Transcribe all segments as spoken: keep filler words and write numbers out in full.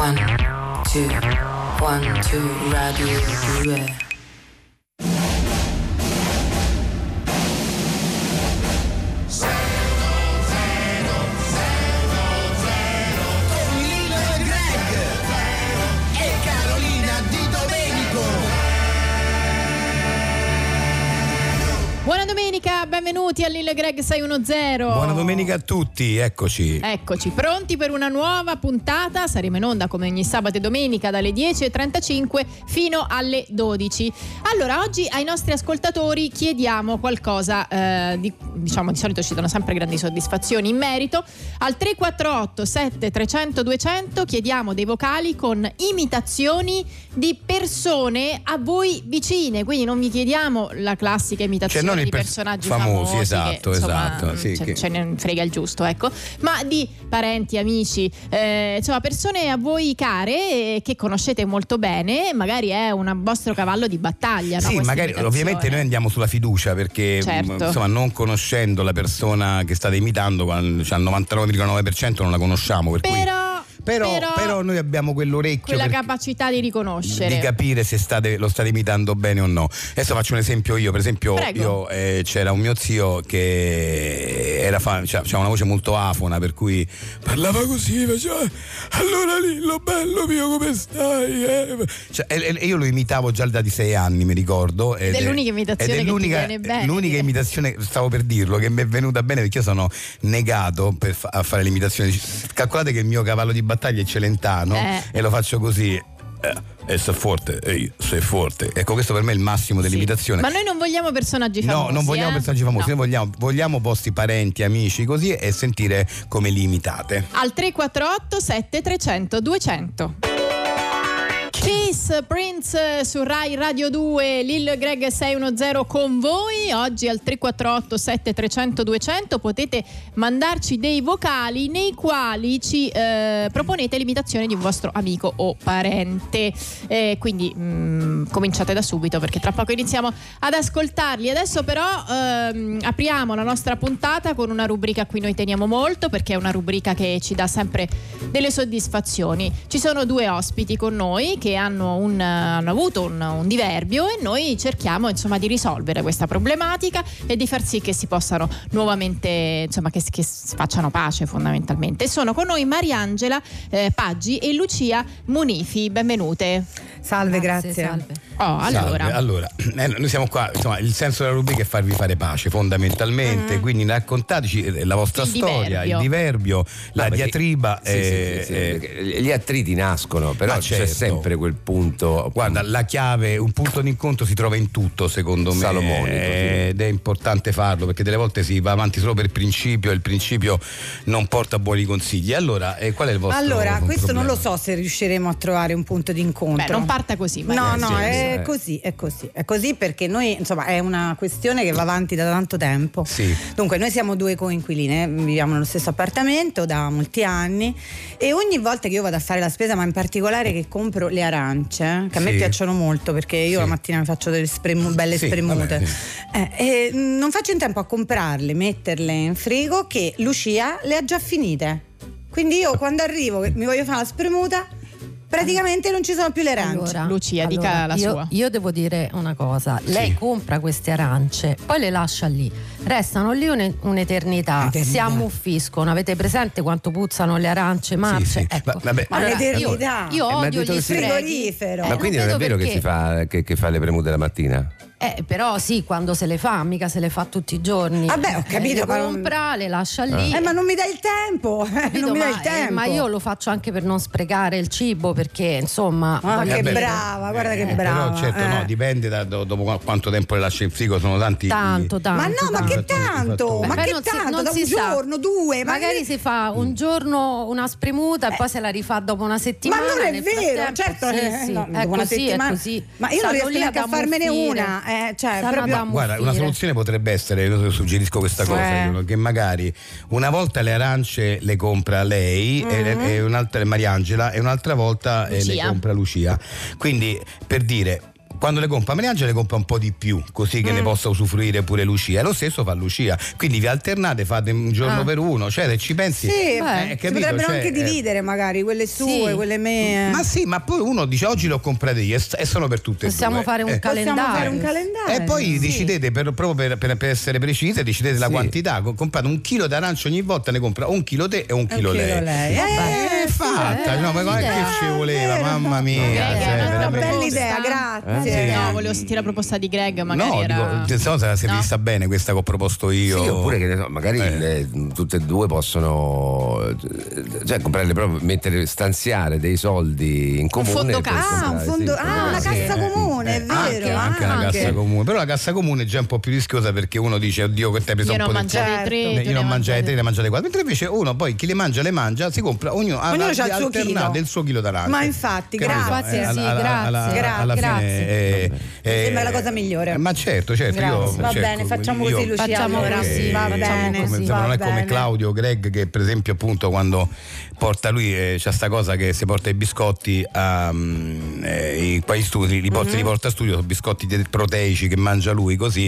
One, two, one, two, Radio due. Buona domenica, benvenuti a Lil Greg sei uno zero. Buona domenica a tutti, eccoci. Eccoci, pronti per una nuova puntata. Saremo in onda come ogni sabato e domenica dalle dieci e trentacinque fino alle dodici. Allora, oggi ai nostri ascoltatori chiediamo qualcosa, eh, di, diciamo di solito ci danno sempre grandi soddisfazioni in merito. Al tre quattro otto sette trecento duecento chiediamo dei vocali con imitazioni di persone a voi vicine. Quindi non vi chiediamo la classica imitazione, cioè, di per personaggi famosi, famosi, esatto, che, insomma, esatto, sì, ce, che... ce ne frega il giusto, ecco, ma di parenti, amici, eh, insomma persone a voi care, eh, che conoscete molto bene, magari è un vostro cavallo di battaglia, no? Sì, Questa magari imitazione. Ovviamente noi andiamo sulla fiducia, perché certo. insomma, non conoscendo la persona che state imitando, cioè al novantanove virgola nove per cento non la conosciamo, per però cui Però, però, però noi abbiamo quell'orecchio, quella capacità di riconoscere, di capire se state, lo state imitando bene o no. Adesso faccio un esempio io, per esempio. Prego. io eh, c'era un mio zio che era fa, cioè, aveva una voce molto afona, per cui parlava così, faceva allora Lillo bello mio come stai, eh? Cioè, e, e io lo imitavo già da di sei anni, mi ricordo, ed è l'unica imitazione ed è che l'unica, ti viene bene, l'unica direi. imitazione, stavo per dirlo, che mi è venuta bene, perché io sono negato per fa- a fare l'imitazione. Calcolate che il mio cavallo di battaglia è Celentano, eh. e lo faccio così, eh, e sei forte, ehi, sei forte. Ecco, questo per me è il massimo dell'imitazione. Sì. Ma noi non vogliamo personaggi famosi. No, non vogliamo eh? personaggi famosi, no. noi vogliamo, vogliamo vostri parenti, amici, così, e sentire come li imitate. Al tre quattro otto sette trecento duecento. Kiss Prince su Rai Radio due, Lil Greg sei uno zero con voi. Oggi al tre quattro otto sette trecento duecento potete mandarci dei vocali nei quali ci eh, proponete l'imitazione di un vostro amico o parente, eh, quindi mh, cominciate da subito, perché tra poco iniziamo ad ascoltarli. Adesso però ehm, apriamo la nostra puntata con una rubrica a cui noi teniamo molto, perché è una rubrica che ci dà sempre delle soddisfazioni. Ci sono due ospiti con noi che hanno, un, hanno avuto un, un diverbio, e noi cerchiamo insomma di risolvere questa problematica e di far sì che si possano nuovamente, insomma, che, che facciano pace fondamentalmente. Sono con noi Mariangela eh, Paggi e Lucia Munifi, benvenute. Salve, grazie. grazie. Salve. Oh, allora, Salve. allora eh, noi siamo qua, insomma, il senso della rubrica è farvi fare pace fondamentalmente, mm. quindi raccontateci la vostra il storia, diverbio. il diverbio, la perché, diatriba. sì, eh, sì, sì, eh, sì. Gli attriti nascono, però c'è certo. sempre quel punto. Guarda, la chiave, un punto d'incontro si trova in tutto, secondo me, salomonico, eh, ed è importante farlo, perché delle volte si va avanti solo per principio e il principio non porta buoni consigli. Allora, eh, qual è il vostro Allora, questo problema? non lo so se riusciremo a trovare un punto d'incontro. Beh, non parta così. No, Eh, no, sì, è sì. così, è così. È così perché noi, insomma, è una questione che va avanti da tanto tempo. Sì. Dunque, noi siamo due coinquiline, viviamo nello stesso appartamento da molti anni, e ogni volta che io vado a fare la spesa, ma in particolare che compro le arance, che a me Sì. piacciono molto, perché io Sì. la mattina mi faccio delle spremu- belle Sì, spremute, vabbè, sì. eh, e non faccio in tempo a comprarle, metterle in frigo, che Lucia le ha già finite. Quindi io quando arrivo che mi voglio fare la spremuta, praticamente non ci sono più le arance. Allora, Lucia, dica allora, la io, sua. Io devo dire una cosa: lei compra queste arance, poi le lascia lì, restano lì un, un'eternità, Eternità. si ammuffiscono. Avete presente quanto puzzano le arance marce? sì. Ecco. Ma- vabbè. Ma Allora, io, l'eternità. io Eh, ma odio detto gli che si- sprechi. frigorifero. Eh, Ma quindi non è vedo vero che perché- si fa che, che fa le premute la mattina? Eh, però sì, quando se le fa, mica se le fa tutti i giorni. Vabbè, ho capito, Eh, le ma non- compra, le lascia lì. Eh, ma non mi dai il tempo, eh, Capito? non mi dai ma, il tempo. eh, ma io lo faccio anche per non sprecare il cibo, perché insomma. Ah, voglio che dire- brava, guarda che Eh, brava. Però certo, eh. no, dipende da do- dopo qu- quanto tempo le lascia in frigo, sono tanti. Tanto, tanto. Ma no, ma tanto. che tanto? Beh, Ma Beh, che non si- tanto? non Da si un sa. giorno, due, magari ma si fa un giorno una spremuta e poi se la rifà dopo una settimana. Ma non è nel vero, frattempo- certo, sì, eh, sì, no, è dopo una così, settimana. è così. Ma io non Stanno riesco lì neanche ad a farmene ammuffire. una, eh, cioè, Stanno proprio- ad ammuffire. Guarda, una soluzione potrebbe essere, io suggerisco questa cosa, Eh. io, che magari una volta le arance le compra lei Mm-hmm. e, e un'altra Mariangela, e un'altra volta eh, le Lucia. compra Lucia. Quindi, per dire, quando le compra Mariangela le compra un po' di più, così che mm. ne possa usufruire pure Lucia, e lo stesso fa Lucia, quindi vi alternate, fate un giorno ah. per uno, cioè se ci pensi sì, eh, beh, capito, si potrebbero cioè, anche dividere, eh, magari quelle sue, sì. quelle mie. Ma sì, ma poi uno dice oggi l'ho comprate io e sono per tutte possiamo e due. Fare un eh. calendario. Possiamo fare un calendario. E poi sì. decidete per, proprio per, per, per essere precise, decidete sì. la quantità, comprate un chilo d'arancia ogni volta, ne compra un chilo te e un chilo, un chilo lei. lei. Eh, è fatta, eh, no, ma guarda che ci voleva, mamma mia. Greg, cioè, è una bella idea, grazie. Eh, sì. No, volevo sentire la proposta di Greg, magari no, era... dico, se no se la si è no? vista bene questa che ho proposto io. Sì, oppure che ne so, magari eh. le, tutte e due possono, cioè comprarle proprio, mettere, stanziare dei soldi in comune. Un fondo per cassa. Ah, un comprare, fondo, sì, ah, una sì. cassa comune, è vero. Anche, anche ah, una anche. cassa comune, però la cassa comune è già un po' più rischiosa perché uno dice oddio che ti hai preso Io un non po' di mangiate certo. tre, io non mangiare tre, ne mangiate quattro, mentre invece uno poi chi le mangia le mangia, si compra ognuno, Ognuno ha c'ha il suo chilo. del suo chilo d'arancia. Ma infatti, Capito? grazie. Eh, Sì, alla, alla, alla, grazie. alla Grazie. fine eh, eh, Sembra la cosa migliore. ma certo, certo, io Grazie. Va cerco- bene, facciamo io- così, Lucia. Facciamo allora. così, va facciamo bene, così. Insomma, va non è come bene. Claudio Greg che per esempio appunto quando porta lui eh, c'ha sta cosa che si porta i biscotti a um, eh, qua in studio, li porta, mm-hmm. li porta a studio, sono biscotti proteici che mangia lui così.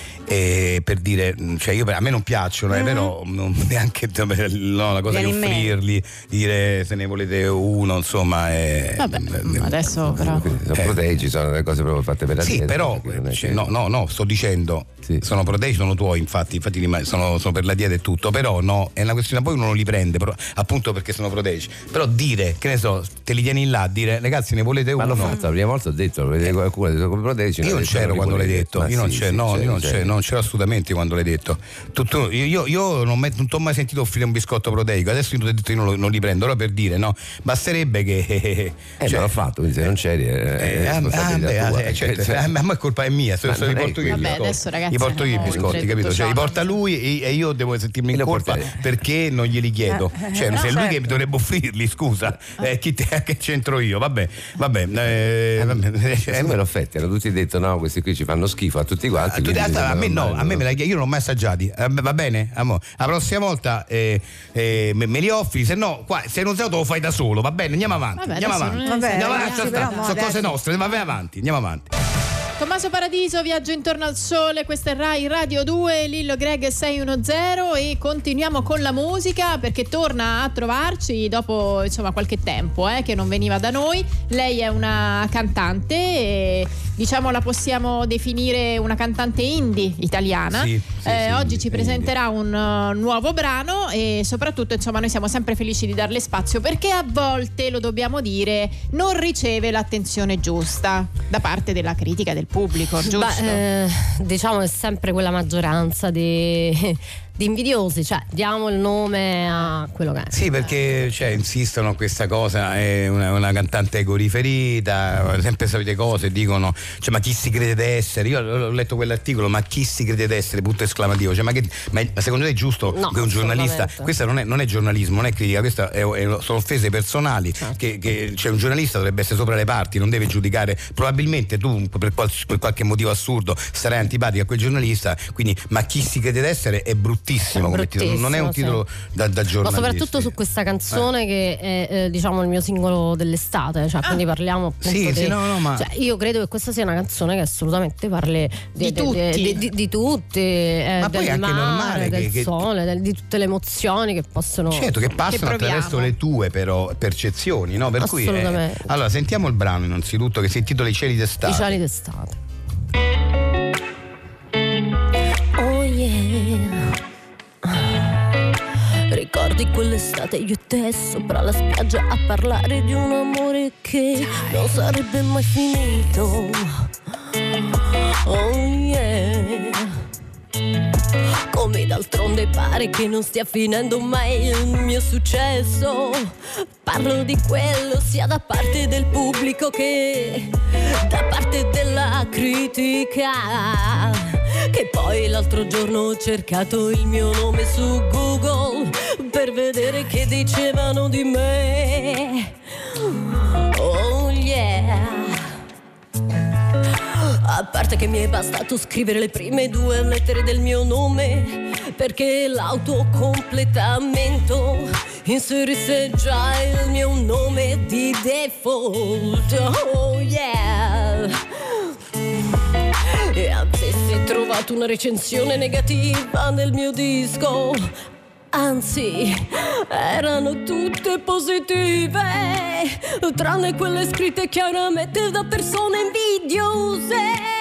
E per dire, cioè io a me non piacciono, mm-hmm. eh, però non, neanche no, la cosa di offrirli, dire se ne volete uno, insomma. È, Vabbè, eh, adesso però. Sono Eh. proteici, sono delle cose proprio fatte per la sì, dieta. però non è cioè, che- no, no, no, sto dicendo Sì. sono proteici, sono tuoi, infatti, infatti rim- sono, sono per la dieta e tutto, però no, è una questione, poi uno non li prende, però, appunto perché sono proteici. Però dire, che ne so, te li tieni là, dire ragazzi ne volete Ma uno? l'ho fatto, la prima volta ho detto, vedete qualcuno ha detto come proteici. Io non c'ero quando l'hai detto, io non c'ero, no, io non c'ero, non c'ero assolutamente quando l'hai detto. Tu, tu, io io non, met, non ti ho mai sentito offrire un biscotto proteico, adesso io ti ho detto io non, lo- non li prendo, allora per dire, no, basterebbe che. Eh, cioè, ma l'ho fatto, quindi se non c'eri è, è eh, ah, responsabilità ah, tua. beh, eh, certo, Cioè, eh, ma è colpa è mia, se Ma se non li è porto io i quello. Vabbè, biscotti. adesso, ragazzi, Li porto io i eh, biscotti, oltre capito? tutto Cioè, li ciò, porta lui e, e io devo sentirmi in Li colpa porterei. perché non glieli chiedo. Eh, Cioè, no, se è lui certo. che dovrebbe offrirli, scusa, eh, chi te, che c'entro io? Vabbè, vabbè, eh, vabbè. Secondo me l'ho fatti, hanno tutti detto no, questi qui ci fanno schifo a tutti quanti. A, tutti- quindi a- a me bisogna no, a me me la chiedo, io non l'ho mai assaggiati. Eh, va bene? Amo. La prossima volta eh, eh, me, me li offri, se no, qua se non sai te lo fai da solo, va bene? Andiamo avanti. Vabbè, andiamo adesso avanti. non è- Vabbè, Andiamo ragazzi, avanti, però sta- mo sono cose adesso- nostre, va vai avanti, andiamo avanti. Tommaso Paradiso, Viaggio intorno al sole, questa è Rai Radio due, Lillo Greg sei uno zero e continuiamo con la musica perché torna a trovarci dopo insomma qualche tempo eh, che non veniva da noi. Lei è una cantante e diciamo la possiamo definire una cantante indie italiana. Sì, sì, Eh, sì, oggi indie, ci presenterà un uh, nuovo brano e soprattutto insomma noi siamo sempre felici di darle spazio perché a volte, lo dobbiamo dire, non riceve l'attenzione giusta da parte della critica, del pubblico, giusto? Beh, eh, diciamo è sempre quella maggioranza di, di invidiosi, cioè diamo il nome a quello che è. Sì, perché cioè, insistono a questa cosa, è una, una cantante egoriferita, sempre solite cose, dicono, cioè, ma chi si crede di essere? Io ho letto quell'articolo, ma chi si crede di essere? Punto esclamativo. Cioè, ma, che, ma secondo te è giusto No, che un giornalista, assolutamente. questa non è, non è giornalismo, non è critica, questa è, è- sono offese personali, Certo. che, che cioè, un giornalista dovrebbe essere sopra le parti, non deve giudicare, probabilmente tu per, qual- per qualche motivo assurdo sarai antipatica a quel giornalista, quindi ma chi si crede di essere è bruttissimo, È come titolo, non è un bruttissimo, titolo da, da Ma giornalista. soprattutto su questa canzone che è eh, diciamo il mio singolo dell'estate, cioè quindi parliamo appunto Sì, di, sì, no, no, ma- cioè, io credo che questa sia una canzone che assolutamente parli Di tutti. di, di- di tutti, eh, Ma poi del è anche mare, normale del che- che- sole, del- di tutte le emozioni che possono Certo, che passano Che attraverso proviamo. le tue però percezioni, no? Per cui eh, Assolutamente. allora sentiamo il brano innanzitutto che si intitola I cieli d'estate. i cieli d'estate. Oh yeah. Ricordi quell'estate io e te sopra la spiaggia a parlare di un amore che non sarebbe mai finito. Oh yeah. Come d'altronde pare che non stia finendo mai il mio successo. Parlo di quello sia da parte del pubblico che da parte della critica. Che poi l'altro giorno ho cercato il mio nome su Google per vedere che dicevano di me. Oh yeah. A parte che mi è bastato scrivere le prime due lettere del mio nome perché l'autocompletamento inserisse già il mio nome di default. Oh yeah. trovato una recensione negativa del mio disco. Anzi, erano tutte positive, tranne quelle scritte chiaramente da persone invidiose.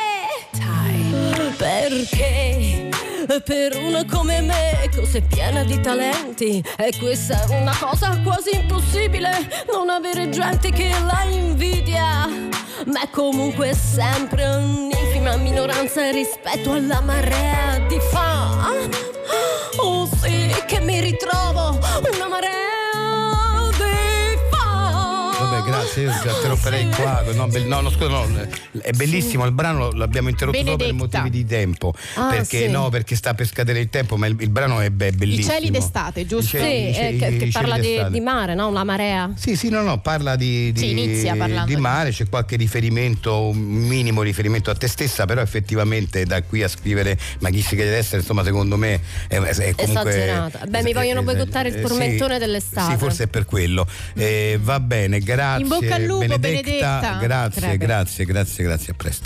Perché per una come me, così piena di talenti, e questa è una cosa quasi impossibile, non avere gente che la invidia. Ma comunque è sempre un'infima minoranza rispetto alla marea di fan. Oh sì, che mi ritrovo una marea di fan. Vabbè, grazie, io te lo farei Sì. qua. No, be- no, no, scusa, no, è bellissimo il brano, l'abbiamo interrotto solo per Benedetta. motivi di tempo. Ah, perché sì. no, perché sta per scadere il tempo, ma il, il brano è, be- è I bellissimo. cieli d'estate, giusto? I Sì, cieli- i eh, cieli- che, i che cieli parla di, d'estate. di mare, no? La marea. Sì, sì, no, no, parla di, di, Sì, inizia parlando di di- mare, c'è qualche riferimento, un minimo riferimento a te stessa, però effettivamente da qui a scrivere ma chi si chiede essere, insomma, secondo me è, è comunque Esagerato. Beh, mi vogliono boicottare il eh, tormentone sì, dell'estate. Sì, forse è per quello. Eh, va bene, grazie. In bocca al lupo, Benedetta. Grazie, Crepe. grazie, grazie, grazie, a presto.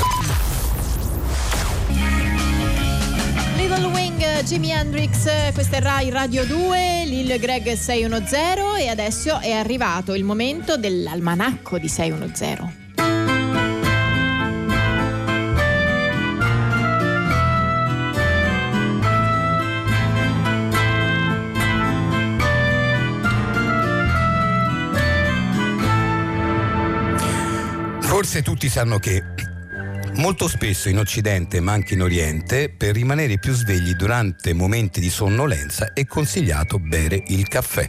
Little Wing, Jimi Hendrix, questa è Rai Radio due, Lil Greg sei uno zero e adesso è arrivato il momento dell'almanacco di sei uno zero. Forse tutti sanno che molto spesso in Occidente, ma anche in Oriente, per rimanere più svegli durante momenti di sonnolenza è consigliato bere il caffè.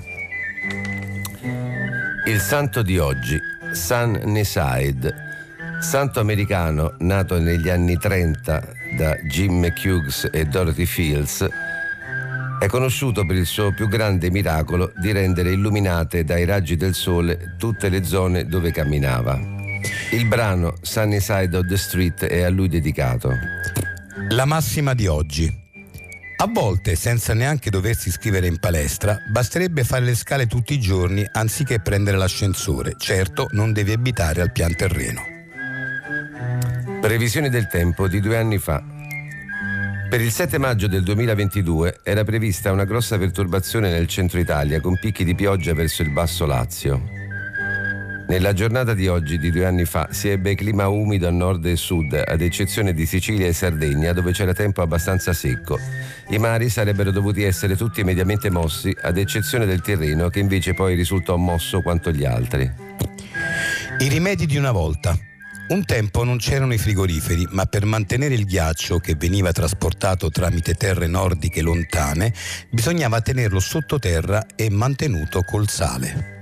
Il santo di oggi, San Nesaid, santo americano nato negli anni trenta da Jim McHughes e Dorothy Fields, è conosciuto per il suo più grande miracolo di rendere illuminate dai raggi del sole tutte le zone dove camminava. Il brano Sunny Side of the Street è a lui dedicato. La massima di oggi. A volte, senza neanche doversi iscrivere in palestra, basterebbe fare le scale tutti i giorni anziché prendere l'ascensore. Certo, non devi abitare al pian terreno. Previsioni del tempo di due anni fa. Per il sette maggio del duemilaventidue era prevista una grossa perturbazione nel centro Italia con picchi di pioggia verso il basso Lazio. Nella giornata di oggi di due anni fa si ebbe clima umido a nord e sud, ad eccezione di Sicilia e Sardegna, dove c'era tempo abbastanza secco. I mari sarebbero dovuti essere tutti mediamente mossi, ad eccezione del Tirreno, che invece poi risultò mosso quanto gli altri. I rimedi di una volta. Un tempo non c'erano i frigoriferi, ma per mantenere il ghiaccio che veniva trasportato tramite terre nordiche lontane, bisognava tenerlo sottoterra e mantenuto col sale.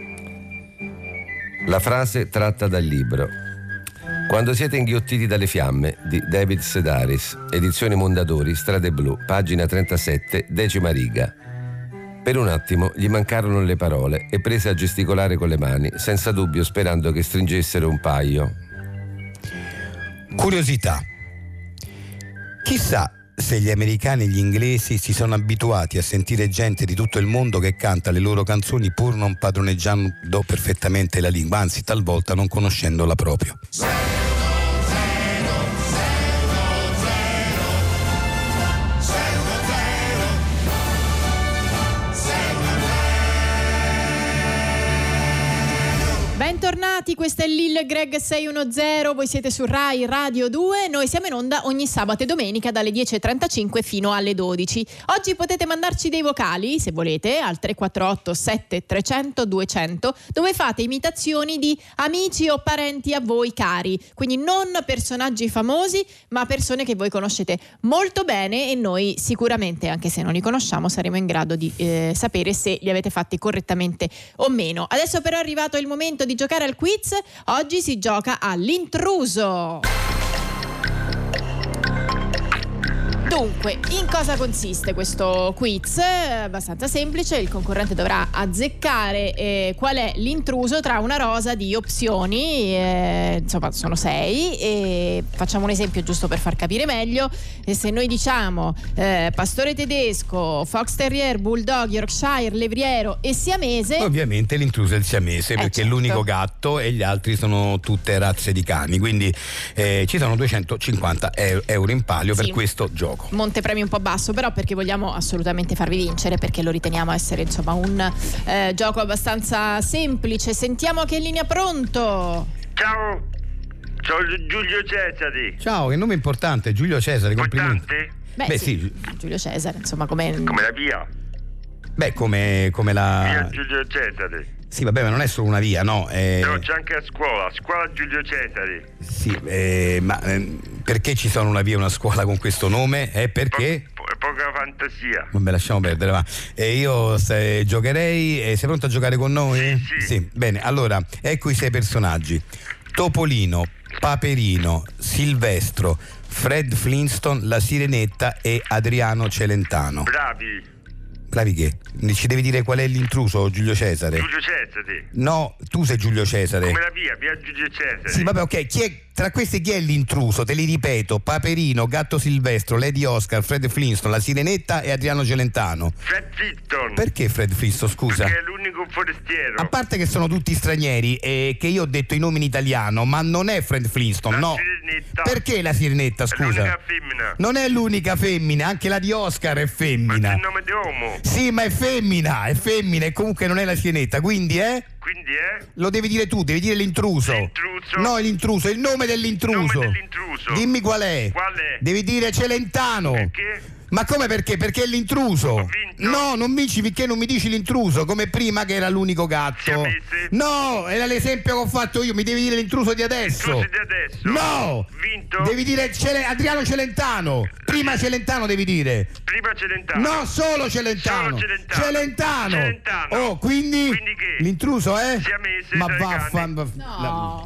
La frase tratta dal libro Quando siete inghiottiti dalle fiamme di David Sedaris, edizioni Mondadori, Strade Blu, pagina trentasette, decima riga. Per un attimo gli mancarono le parole e prese a gesticolare con le mani, senza dubbio sperando che stringessero un paio. Curiosità. Chissà se gli americani e gli inglesi si sono abituati a sentire gente di tutto il mondo che canta le loro canzoni pur non padroneggiando perfettamente la lingua, anzi talvolta non conoscendola proprio. Bentornati, questo è Lil Greg sei uno zero, voi siete su Rai Radio due, noi siamo in onda ogni sabato e domenica dalle dieci e trentacinque fino alle dodici. Oggi potete mandarci dei vocali, se volete, al tre quattro otto sette tre zero zero due zero zero, dove fate imitazioni di amici o parenti a voi cari, quindi non personaggi famosi, ma persone che voi conoscete molto bene e noi sicuramente, anche se non li conosciamo, saremo in grado di eh, sapere se li avete fatti correttamente o meno. Adesso però è arrivato il momento di giocare al quiz. Oggi si gioca all'intruso. Dunque, in cosa consiste questo quiz? Abbastanza semplice, il concorrente dovrà azzeccare eh, qual è l'intruso tra una rosa di opzioni, eh, insomma sono sei, e facciamo un esempio giusto per far capire meglio. E se noi diciamo eh, pastore tedesco, fox terrier, bulldog, yorkshire, levriero e siamese, ovviamente l'intruso è il siamese, eh, perché certo. è l'unico gatto e gli altri sono tutte razze di cani, quindi eh, ci sono duecentocinquanta euro in palio sì. per questo gioco. Montepremi un po' basso, però, perché vogliamo assolutamente farvi vincere, perché lo riteniamo essere insomma un eh, gioco abbastanza semplice. Sentiamo che è in linea. Pronto? Ciao, sono Giulio Cesari. Ciao, che nome importante, Giulio Cesare, complimenti. Importante? Beh, Beh, sì, sì. Giulio Cesare, insomma, come Come la via? Beh, come, come la... Via Giulio Cesari. Sì, vabbè, ma non è solo una via, no? Eh... No, c'è anche a scuola, scuola Giulio Cesari. Sì, eh, ma eh, perché ci sono una via e una scuola con questo nome? Eh, perché? Po- po- poca fantasia. Vabbè, lasciamo perdere, va. E io se, giocherei. Eh, sei pronto a giocare con noi? Sì, sì. Sì, bene, allora, ecco i sei personaggi: Topolino, Paperino, Silvestro, Fred Flintstone, la Sirenetta e Adriano Celentano. Bravi. Bravi che? Ci devi dire qual è l'intruso, Giulio Cesare? Giulio Cesari. No, tu sei Giulio Cesare. Come la via, via Giulio Cesari. Sì, vabbè, ok. Chi è, tra questi chi è l'intruso? Te li ripeto: Paperino, Gatto Silvestro, Lady Oscar, Fred Flintstone, la Sirenetta e Adriano Celentano. Fred Flintstone. Perché Fred Flintstone, scusa? Perché è l'unico forestiero. A parte che sono tutti stranieri e che io ho detto i nomi in italiano, ma non è Fred Flintstone, La no. Sirenetta. Perché la Sirenetta, È scusa? l'unica femmina. Non è l'unica femmina, anche la di Oscar è Ma femmina. c'è il nome di uomo. Sì, ma è femmina, è femmina e comunque non è la Sirenetta, quindi eh? Quindi è? Lo devi dire tu, devi dire l'intruso. L'intruso. No, l'intruso, il nome dell'intruso. Il nome dell'intruso. Dimmi qual è. Qual è? Devi dire Celentano. Perché? Ma come perché? Perché è l'intruso. Ho vinto? No, non vinci finché non mi dici l'intruso, come prima che era l'unico gatto. Siamese? No, era l'esempio che ho fatto io, mi devi dire l'intruso di adesso. L'intruso di adesso. No! Vinto? Devi dire Cele- Adriano Celentano. Prima Celentano devi dire. Prima Celentano. No, solo Celentano. Solo Celentano. Celentano. Celentano. Oh, quindi? Quindi che? L'intruso è? Siamese Ma tra i vaffan. cani. No.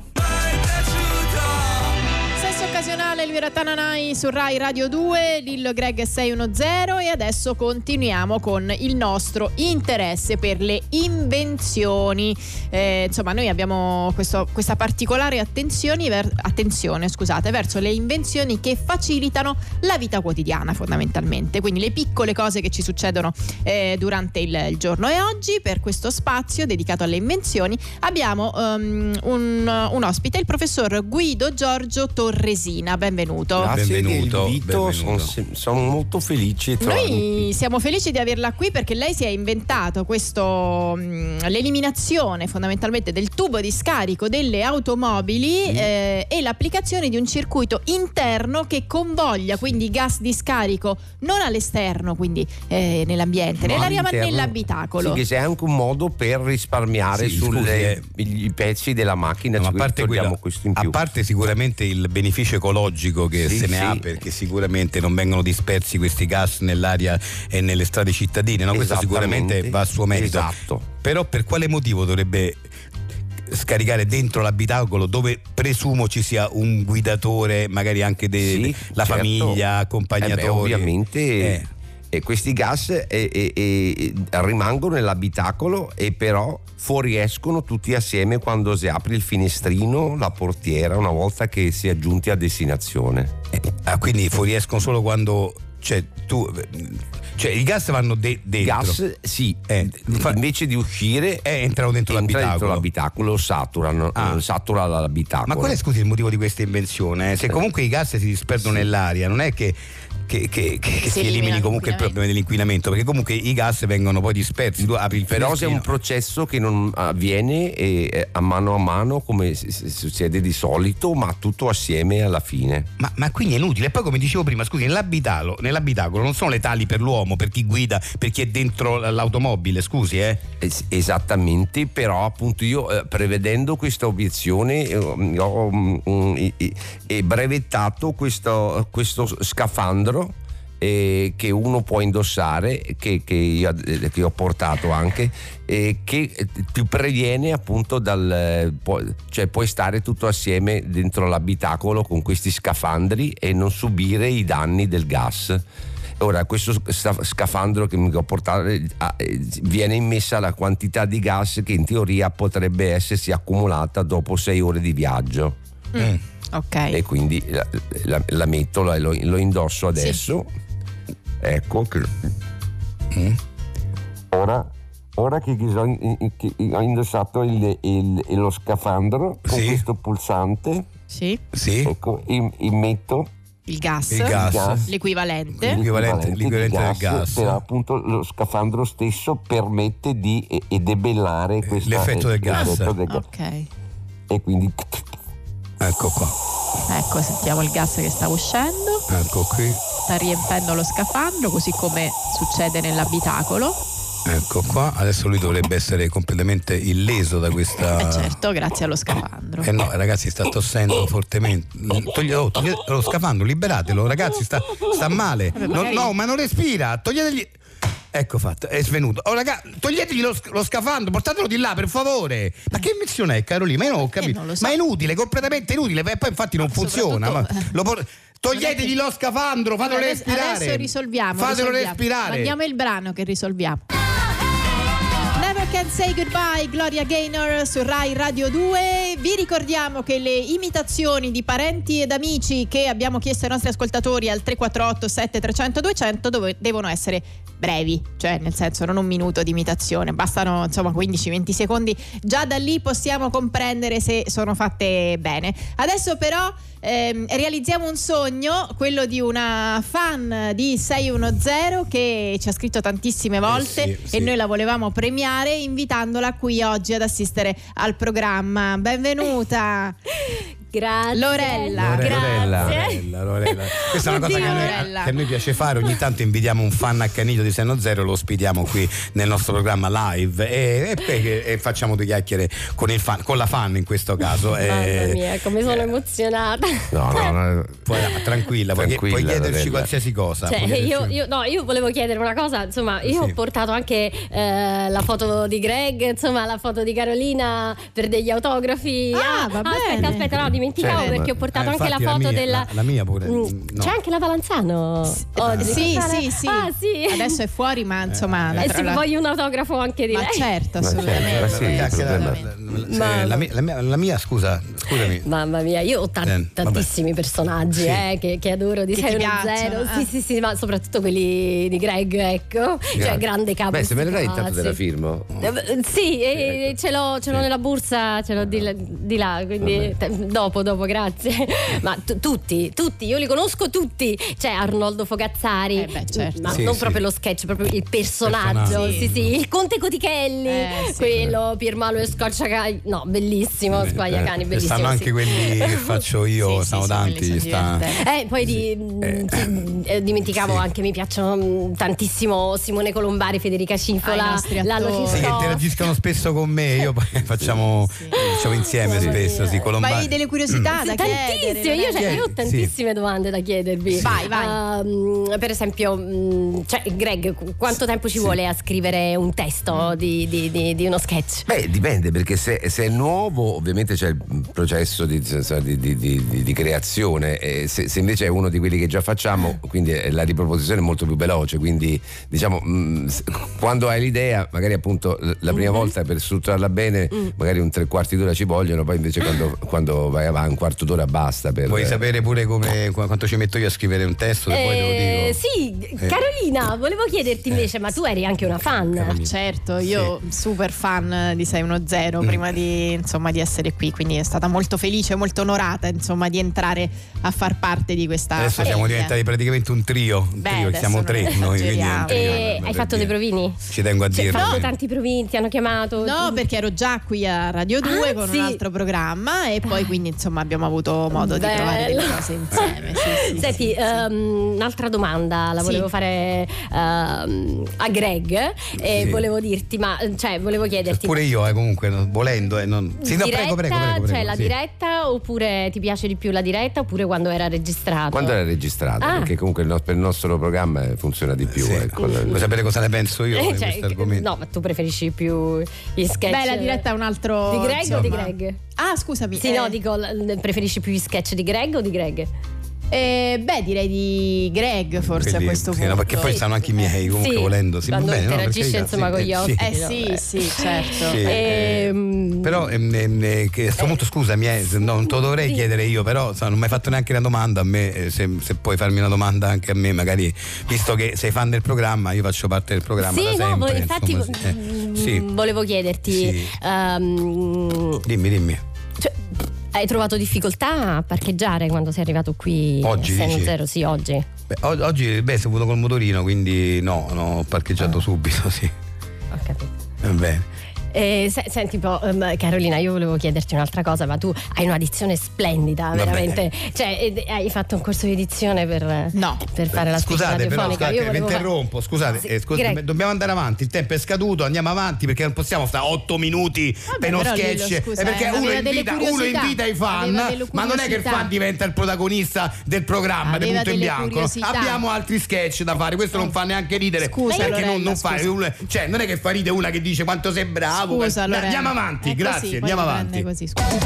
Sesso occasionale, Elvira Tananai su Rai Radio due, Lillo Greg sei uno zero, e adesso continuiamo con il nostro interesse per le invenzioni. Eh, insomma, noi abbiamo questo, questa particolare attenzione, ver, attenzione scusate, verso le invenzioni che facilitano la vita quotidiana, fondamentalmente, quindi le piccole cose che ci succedono eh, durante il, il giorno. E oggi, per questo spazio dedicato alle invenzioni, abbiamo um, un, un ospite, il professor Guido Giorgio Torresina. Benvenuto. Grazie Benvenuto, dell'invito, benvenuto. Sono, sono molto felice di trovarmi Noi qui. siamo felici di averla qui perché lei si è inventato questo mh, l'eliminazione fondamentalmente del tubo di scarico delle automobili eh, e l'applicazione di un circuito interno che convoglia quindi i gas di scarico non all'esterno, quindi eh, nell'ambiente, No, nell'aria, ma all'interno. nell'abitacolo. Sì, che c'è anche un modo per risparmiare Sì, sui scusi, pezzi della macchina. No, ma ci a parte, ricordiamo quello, questo in a più. parte sicuramente il beneficio ecologico che Sì, se ne sì. ha, perché sicuramente non vengono dispersi questi gas nell'aria e nelle strade cittadine, no? Questo Esattamente. sicuramente va a suo merito. Esatto. Però per quale motivo dovrebbe scaricare dentro l'abitacolo, dove presumo ci sia un guidatore, magari anche della Sì, certo. famiglia, accompagnatori? Eh beh, ovviamente Eh. e questi gas eh, eh, eh, rimangono nell'abitacolo e però fuoriescono tutti assieme quando si apre il finestrino, la portiera, una volta che si è giunti a destinazione. Eh, ah, quindi fuoriescono solo quando, cioè tu, cioè i gas vanno de- I dentro. gas sì, Eh, fa- invece di uscire Eh, entrano dentro entra l'abitacolo. dentro l'abitacolo, saturano, Ah. satura l'abitacolo. Ma qual è, scusi, il motivo di questa invenzione? Se comunque i gas si disperdono nell'aria, non è che, che, che, che si si elimina elimini comunque il l'inquinamento. problema dell'inquinamento, perché comunque i gas vengono poi dispersi. Tu apri il Però c'è finestrino. un processo che non avviene eh, eh, a mano a mano come s- s- succede di solito, ma tutto assieme alla fine. Ma, ma quindi è inutile. E poi, come dicevo prima, scusi, nell'abitacolo, nell'abitacolo non sono letali per l'uomo, per chi guida, per chi è dentro l'automobile, scusi, eh? Es- esattamente, però appunto io eh, prevedendo questa obiezione eh, ho mm, mm, e- e- e brevettato questo, questo scafandro eh, che uno può indossare, che, che, io, eh, che ho portato anche, eh, che ti previene appunto dal, pu- cioè puoi stare tutto assieme dentro l'abitacolo con questi scafandri e non subire i danni del gas. Ora, questo scafandro che mi ho portato, eh, viene immessa la quantità di gas che in teoria potrebbe essersi accumulata dopo sei ore di viaggio. Mm. Ok. E quindi la, la, la metto, la, lo, lo indosso adesso. Sì. Ecco che mm. ora, ora che, ho, che ho indossato il, il, lo scafandro con sì. questo pulsante, sì. Sì. Ecco, immetto il gas, il gas. l'equivalente, l'equivalente, l'equivalente l'equivalente del gas, però appunto lo scafandro stesso permette di e debellare questa, l'effetto del gas. L'effetto del gas. Ok. E quindi ecco qua, ecco, sentiamo il gas che sta uscendo, ecco qui, sta riempendo lo scafandro così come succede nell'abitacolo. Ecco qua, adesso lui dovrebbe essere completamente illeso da questa. Eh certo, grazie allo scafandro. Eh no, ragazzi, sta tossendo fortemente. Togli... Oh, togliete lo scafandro, liberatelo, ragazzi, sta, sta male. Vabbè, no, magari... no, ma non respira, toglietegli. Ecco fatto, è svenuto. Oh raga, toglietegli lo, lo scafandro, portatelo di là per favore. Ma che missione è, Carolina? Ma io non ho capito. Eh, non lo so. Ma è inutile, completamente inutile. E poi infatti non Ma funziona. Ma lo por... Toglietegli che... lo scafandro, fatelo adesso, respirare. Adesso risolviamo. Fatelo risolviamo. respirare. Mandiamo il brano che risolviamo. Never Can Say Goodbye, Gloria Gaynor su Rai Radio due. Vi ricordiamo che le imitazioni di parenti ed amici che abbiamo chiesto ai nostri ascoltatori al tre quattro otto sette tre zero zero due zero zero dove devono essere brevi, cioè nel senso non un minuto di imitazione, bastano insomma quindici venti secondi, già da lì possiamo comprendere se sono fatte bene. Adesso però ehm, realizziamo un sogno, quello di una fan di sei uno zero che ci ha scritto tantissime volte eh sì, sì. e noi la volevamo premiare invitandola qui oggi ad assistere al programma. Benvenuta. Grazie. Lorella. Lorella, Grazie. Lorella, Lorella. Questa è una cosa che a, noi, Lorella. che a noi piace fare. Ogni tanto invitiamo un fan accanito di sei uno zero, lo ospitiamo qui nel nostro programma live e, e, e facciamo due chiacchiere con il fan, con la fan in questo caso. Mamma eh, mia, come sono eh, emozionata. no, no, no. Puoi, tranquilla, puoi, Tranquilla, puoi chiederci Lorella. qualsiasi cosa. Cioè, puoi chiederci- io, io, no, io volevo chiedere una cosa, insomma, io Sì. ho portato anche eh, la foto di Greg, insomma, la foto di Carolina per degli autografi. Ah, va aspetta, bene. aspetta, no, dimenticavo Certo. perché ho portato Eh, anche la infatti foto la mia- della la- la mia pure, Mm, no. C'è anche la Valanzano. oggi. Sì, Guardate. sì, sì. Ah, sì. Adesso è fuori, ma insomma la, Eh tra sì, la- voglio un autografo anche di ma lei. certo, Ma assolutamente. certo, sì, Anche la, assolutamente. la- la- Ma- se- la mia, la mia- la mia, scusa, scusami. Mamma mia, io ho tan- Eh, vabbè. tantissimi personaggi Sì. eh, che, che adoro di Che ti sei uno zero. piacciono, Sì, ah. sì, sì, ma soprattutto quelli di Greg, ecco. Cioè, Grazie. grande capo. Beh, se me ne dai intanto te la sì. firmo. Eh, Sì, e ce l'ho, ce l'ho Sì. nella borsa, ce l'ho di, là- di là, quindi te- dopo, dopo, grazie. Ma t- tutti, tutti, io li conosco tutti. C'è Arnoldo Fogazzari, Eh beh, certo. ma Sì, non sì. proprio lo sketch, proprio il personaggio. Personaggio. Sì, sì, il Conte Cotichelli, Eh, sì. quello Piermalo e Scocciacani. No, bellissimo, Squagliacani, E bellissimo. stanno anche sì. quelli che faccio io, Sì, sì, stanno sì, tanti. quelli sono sta- divertenti. Eh, poi di, mh, sì, eh, dimenticavo Sì. anche, mi piacciono mh, tantissimo Simone Colombari, Federica Ah, i Cinfola, nostri Lalo attori. Sì, che Cistò. interagiscono spesso con me, io poi facciamo, facciamo insieme Mamma spesso, mia. sì, Ma Colombari. hai delle curiosità da chiedere? Tantissime, io, cioè, io ho Sì. tantissime domande da chiedervi. Vai, vai. Ehm, per esempio, mh, cioè, Greg, qu- quanto tempo ci Sì. vuole a scrivere un testo di, di- di- di uno sketch? Beh, dipende, perché se, se è nuovo ovviamente c'è il processo di, di- di- di- di creazione, e se, se invece è uno di quelli che già facciamo, quindi è- la riproposizione è molto più veloce, quindi diciamo mh, s- quando hai l'idea, magari appunto l- la prima volta per strutturarla bene, magari un tre quarti d'ora ci vogliono, poi invece quando, quando vai avanti un quarto d'ora basta. Per, Vuoi sapere pure come, qu- quanto ci metto io a scrivere un testo? Se poi te lo Eh, dico. sì, Carolina, volevo chiederti invece, ma tu eri anche una fan? Carolina. Certo, io super fan di sei uno zero Mm. prima di, insomma, di essere qui, quindi è stata molto felice, molto onorata insomma di entrare a far parte di questa Adesso famiglia. siamo diventati praticamente un trio, un Beh, trio, adesso siamo non tre noi, quindi è un esageriamo. trio, E per hai fatto dire. dei provini? Ci tengo a Cioè, hai dirlo. fatto sì. tanti provini, ti hanno chiamato? No, perché ero già qui a Radio due Ah, con sì. un altro programma e poi quindi insomma abbiamo avuto modo Bello. di provare delle cose insieme. Sì, sì, Senti, sì, sì. ehm, un'altra domanda la Sì. volevo fare ehm, a Greg e Sì. volevo dirti, ma cioè volevo chiederti Pure io, eh, comunque, no, volendo. Eh, non... Sì, no, diretta, prego, prego, prego, prego. cioè la Sì. sì. diretta oppure ti piace di più la diretta oppure quando era registrato? Quando era registrato, Ah. perché comunque il no- per il nostro programma funziona di più. Sì. Ecco. Vuoi sapere cosa ne penso io Eh, di cioè, questo argomento? no, ma tu preferisci più gli sketch? Beh, la diretta è un altro. di Greg o di insomma. Greg? Ah, scusami. Sì, eh, no, dico, l- preferisci più gli sketch di Greg o di Greg? eh, beh, direi di Greg forse Quindi, a questo sì, punto. no, perché poi Sì. stanno anche i miei comunque Sì, volendo. Sì, quando va bene, no, per interagisce, carità, insomma, sì, con gli eh, ospiti. Eh no, sì, eh. sì, certo. Sì. Ehm, Però ehm, ehm, che sto molto scusami, eh, se non te lo dovrei Sì. chiedere io, però sa, non mi hai fatto neanche una domanda a me, eh, se, se puoi farmi una domanda anche a me, magari visto che sei fan del programma, io faccio parte del programma da Sì, no, sempre. vo- infatti insomma, sì. mm, Eh, sì. volevo chiederti, Sì. ehm, Dimmi, dimmi. cioè, hai trovato difficoltà a parcheggiare quando sei arrivato qui? Oggi, sei dici? zero, sì, oggi. Beh, o- oggi beh, sono venuto col motorino, quindi no, no, ho parcheggiato subito, sì. Ho capito. Va bene. Eh, se- senti un po', ehm, Carolina, io volevo chiederti un'altra cosa, ma tu hai una dizione splendida, Va veramente. Cioè, ed- hai fatto un corso di dizione per, No. per fare la speech Scusate, però radiofonica. scusate, Io vi volevo fare- interrompo, scusate, Sì, eh, scusa, Greg. dobbiamo andare avanti, il tempo è scaduto, andiamo avanti perché non possiamo stare otto minuti per uno però Lillo, sketch, scusa, eh, perché eh, uno aveva delle invita, uno curiosità, invita i fan, aveva delle ma non è che il curiosità. fan diventa il protagonista del programma di Aveva punto in delle bianco, no? curiosità. Abbiamo altri sketch da fare, questo non fa neanche ridere, Scusa, perché Lorella, non, non fa, scusa. cioè non è che fa ridere una che dice quanto sei bravo, Scusa, Beh, Lorella. andiamo avanti, È grazie, così, poi andiamo mi avanti. prende così, scusa.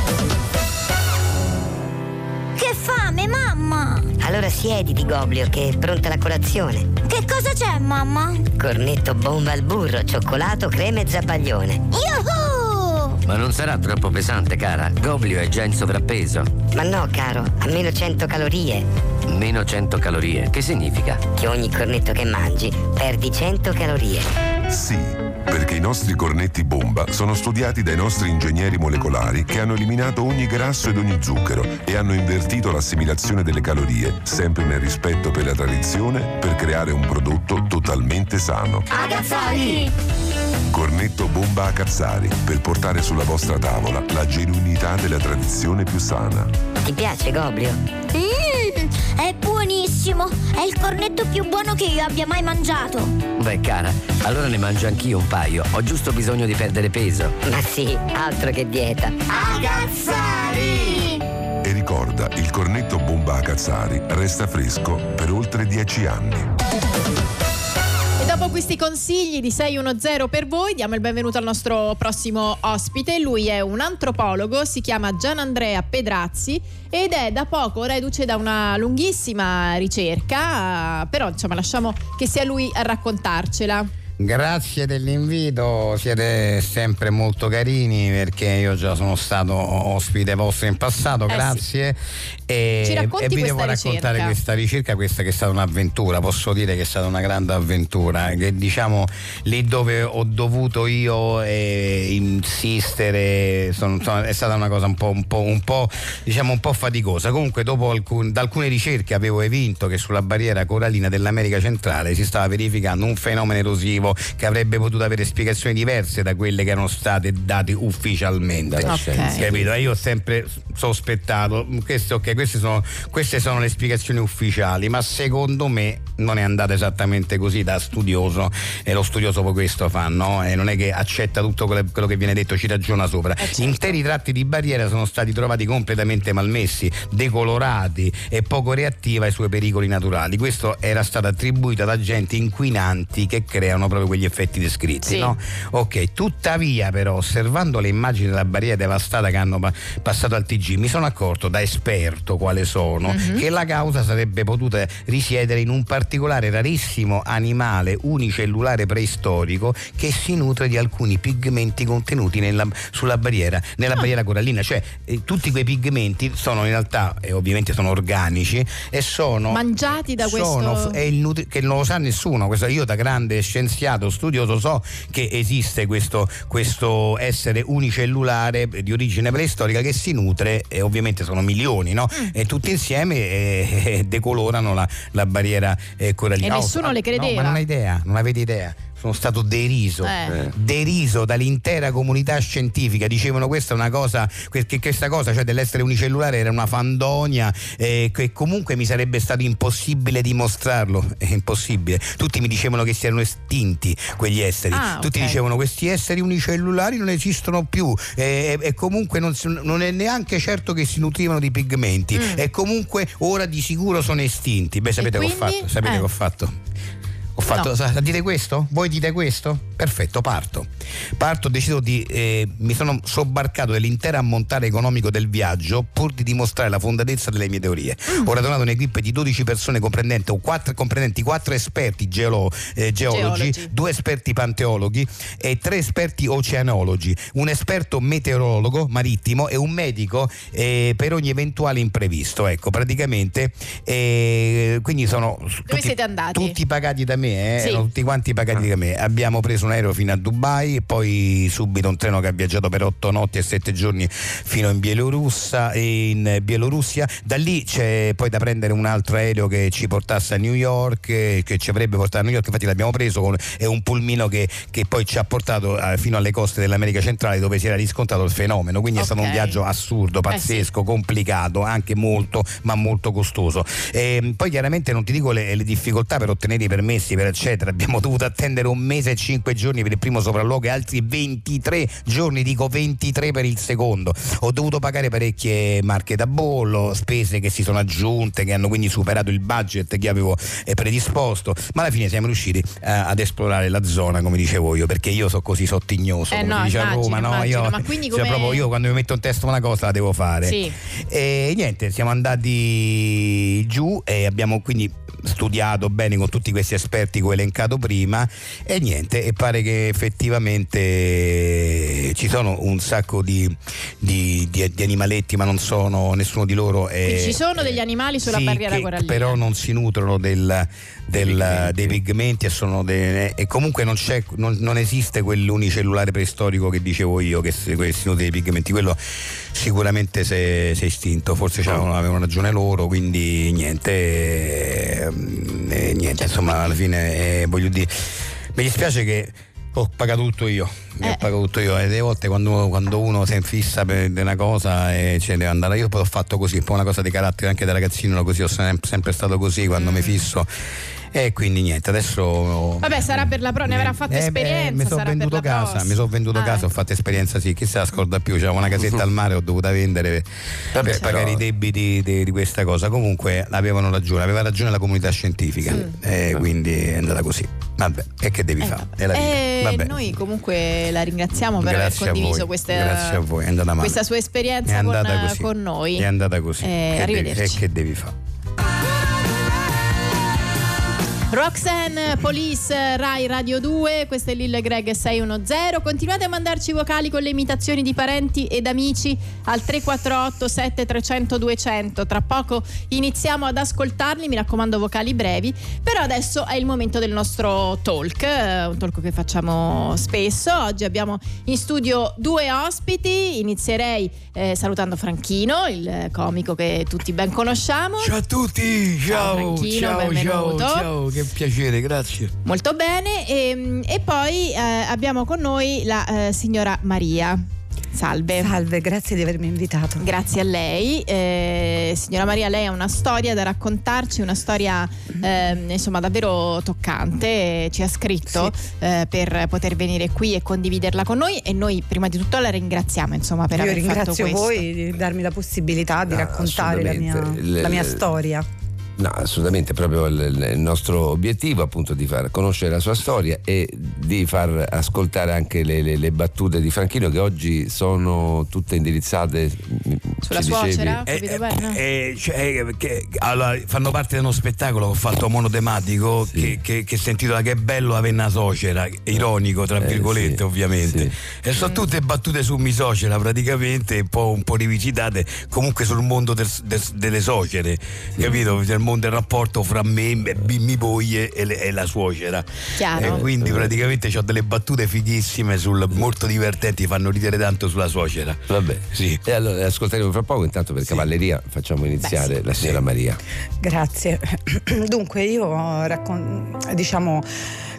Che fame, mamma! Allora siediti, Goblio, che è pronta la colazione. Che cosa c'è, mamma? Cornetto bomba al burro, cioccolato, crema e zabbaglione. Yuhu! Ma non sarà troppo pesante, cara? Goblio è già in sovrappeso. Ma no, caro, a meno cento calorie. Meno cento calorie. Che significa? Che ogni cornetto che mangi perdi cento calorie. Sì, perché i nostri cornetti bomba sono studiati dai nostri ingegneri molecolari che hanno eliminato ogni grasso ed ogni zucchero e hanno invertito l'assimilazione delle calorie, sempre nel rispetto per la tradizione, per creare un prodotto totalmente sano. Agazzari! Cornetto bomba a Cazzari, per portare sulla vostra tavola la genuinità della tradizione più sana. Ti piace, Goblio? Mmm, è buonissimo! È il cornetto più buono che io abbia mai mangiato! Beh, cara, allora ne mangio anch'io un paio. Ho giusto bisogno di perdere peso. Ma sì, altro che dieta. Agazzari! E ricorda, il cornetto bomba a Cazzari resta fresco per oltre dieci anni. E dopo questi consigli di sei uno zero per voi, diamo il benvenuto al nostro prossimo ospite. Lui è un antropologo, si chiama Gianandrea Pedrazzi ed è da poco reduce da una lunghissima ricerca, però insomma lasciamo che sia lui a raccontarcela. Grazie dell'invito, siete sempre molto carini perché io già sono stato ospite vostro in passato, Eh grazie. E, Ci racconti e vi questa devo raccontare ricerca? questa ricerca, questa che è stata un'avventura, posso dire che è stata una grande avventura, che diciamo lì dove ho dovuto io eh, insistere, sono, sono, è stata una cosa un po', un po', un po' diciamo un po' faticosa. Comunque dopo alcun, da alcune ricerche avevo evinto che sulla barriera corallina dell'America centrale si stava verificando un fenomeno erosivo che avrebbe potuto avere spiegazioni diverse da quelle che erano state date ufficialmente. Dalla Ok. scienza. Capito? E io ho sempre sospettato, queste, ok, queste sono, queste sono le spiegazioni ufficiali, ma secondo me non è andata esattamente così da studioso, e lo studioso poi questo fa, no? E non è che accetta tutto quello, quello che viene detto, ci ragiona sopra. Interi tratti di barriera sono stati trovati completamente malmessi, decolorati e poco reattivi ai suoi pericoli naturali. Questo era stato attribuito ad agenti inquinanti che creano proprio quegli effetti descritti, Sì. no? Ok, tuttavia però osservando le immagini della barriera devastata che hanno pa- passato al T G mi sono accorto da esperto quale sono, Mhm. che la causa sarebbe potuta risiedere in un particolare rarissimo animale unicellulare preistorico che si nutre di alcuni pigmenti contenuti nella, sulla barriera, nella barriera corallina, cioè eh, tutti quei pigmenti sono in realtà e ovviamente sono organici e sono Mangiati da sono, questo- è il nutri- che non lo sa nessuno. Questo, io da grande scienziato studioso so che esiste questo, questo essere unicellulare di origine preistorica che si nutre, e ovviamente sono milioni, no? Mm. E tutti insieme eh, decolorano la, la barriera eh, corallina. E nessuno ah, le credeva. No, ma non hai idea, non avete idea. sono stato deriso, Eh. deriso dall'intera comunità scientifica. Dicevano questa è una cosa, che questa cosa, cioè dell'essere unicellulare, era una fandonia, eh, che comunque mi sarebbe stato impossibile dimostrarlo. È impossibile. Tutti mi dicevano che si erano estinti quegli esseri. Ah, Tutti ok. dicevano questi esseri unicellulari non esistono più, e, e comunque non, si- non è neanche certo che si nutrivano di pigmenti, Mm. e comunque ora di sicuro sono estinti. Beh, sapete che ho quindi? fatto? Sapete Eh. che ho fatto? Ho fatto, No. sa- dite questo? Voi dite questo? Perfetto, parto. Parto, ho deciso di. Eh, mi sono sobbarcato dell'intero ammontare economico del viaggio pur di dimostrare la fondatezza delle mie teorie. Mm. Ho radunato un'equipe di dodici persone comprendenti quattro, comprendenti quattro esperti geolo- eh, geologi, Geologi. due esperti panteologi e tre esperti oceanologi, un esperto meteorologo marittimo e un medico eh, per ogni eventuale imprevisto. Ecco, praticamente. eh, quindi sono Dove tutti, siete andati? tutti pagati da me, eh? Sì. Erano tutti quanti pagati da me. Abbiamo preso un aereo fino a Dubai e poi subito un treno che ha viaggiato per otto notti e sette giorni fino in Bielorussia e in Bielorussia. Da lì c'è poi da prendere un altro aereo che ci portasse a New York, eh, che ci avrebbe portato a New York, infatti l'abbiamo preso con, è un pulmino che, che poi ci ha portato eh, fino alle coste dell'America centrale, dove si era riscontrato il fenomeno. Quindi è stato un Ok. viaggio assurdo, pazzesco, complicato, anche molto ma molto costoso. E poi chiaramente non ti dico le, le difficoltà per ottenere i permessi, per eccetera. Abbiamo dovuto attendere un mese e cinque giorni per il primo sopralluogo e altri ventitré giorni, dico ventitré per il secondo. Ho dovuto pagare parecchie marche da bollo, spese che si sono aggiunte, che hanno quindi superato il budget che avevo eh, predisposto, ma alla fine siamo riusciti eh, ad esplorare la zona, come dicevo io, perché io sono così sottignoso, Eh come no, si dice a immagino, Roma, no? immagino. Io, Ma quindi cioè, come- proprio io quando mi metto in testa una cosa la devo fare. Sì. E niente, siamo andati giù e abbiamo quindi studiato bene con tutti questi esperti che ho elencato prima, e niente, e pare che effettivamente ci sono un sacco di, di, di, di animaletti, ma non sono, nessuno di loro è, Quindi ci sono degli animali sulla sì, barriera che corallina. però non si nutrono del, del, dei pigmenti e sono de- e comunque non c'è, non, non esiste quell'unicellulare preistorico che dicevo io che si che si nutre dei pigmenti. Quello sicuramente si è si è estinto, forse c'avevano, avevano ragione loro, quindi niente, eh, eh, niente, insomma alla fine eh, voglio dire, mi dispiace che ho pagato tutto io, mi ho Eh. pagato tutto io, e delle volte quando, quando uno si infissa per una cosa e ce ne deve andare. Io poi ho fatto così, un po' una cosa di carattere anche da ragazzino, così ho sempre, sempre stato così quando Mm. mi fisso, e quindi niente, adesso Vabbè, sarà per la pro- ne avrà fatto eh, beh, esperienza. mi sono sarà venduto per la casa, prossima. mi sono venduto Ah, casa, ho fatto esperienza, sì, chi se la scorda più, c'avevo una casetta al mare, ho dovuta vendere per, per però- pagare i debiti di, di questa cosa. Comunque avevano ragione, aveva ragione la comunità scientifica, e quindi è andata così. Vabbè, e che devi fare? È la vita. Eh, Vabbè. noi comunque la ringraziamo per Grazie a aver condiviso voi, questa, grazie a voi, è andata male. questa sua È esperienza con, andata così. con noi. È andata così. Eh, Che devi- arrivederci. e che devi fare? Roxanne, Police, Rai Radio due, questo è Lil Greg sei uno zero. Continuate a mandarci vocali con le imitazioni di parenti ed amici al tre quattro otto sette tre zero zero due zero zero. Tra poco iniziamo ad ascoltarli, mi raccomando vocali brevi, però adesso è il momento del nostro talk, eh, un talk che facciamo spesso. Oggi abbiamo in studio due ospiti, inizierei eh, salutando Franchino, il comico che tutti ben conosciamo. Ciao a tutti, ciao, Franchino, ciao, ciao, benvenuto. ciao, che piacere, grazie. Molto bene, e, e poi eh, abbiamo con noi la eh, signora Maria. Salve. Salve, grazie di avermi invitato. Grazie a lei. Eh, signora Maria, lei ha una storia da raccontarci, una storia eh, insomma davvero toccante. Ci ha scritto eh, per poter venire qui e condividerla con noi, e noi prima di tutto la ringraziamo insomma per Io aver fatto ringrazio questo. voi di darmi la possibilità di Ah, raccontare la mia, assolutamente. la mia Le- storia. No, assolutamente, proprio il, il nostro obiettivo appunto di far conoscere la sua storia e di far ascoltare anche le, le, le battute di Franchino, che oggi sono tutte indirizzate Sulla ci suocera? dicevi- Capito bene? Eh, cioè, che, allora, fanno parte di uno spettacolo che ho fatto monotematico che, che, che si intitola Che bello avere una suocera, ironico tra Eh, virgolette sì, ovviamente, sì. e sono tutte battute su mi suocera praticamente, un po', un po' rivisitate comunque sul mondo del- del- delle suocere, capito? Del mondo del rapporto fra me, mia moglie e, le- e la suocera. Chiaro. E quindi praticamente ho delle battute fighissime, sul, molto divertenti, fanno ridere tanto sulla suocera. Vabbè, Sì. e allora ascolteremo fra poco. Intanto per cavalleria facciamo iniziare Beh, sì. la signora Maria. Grazie. Dunque io raccon- diciamo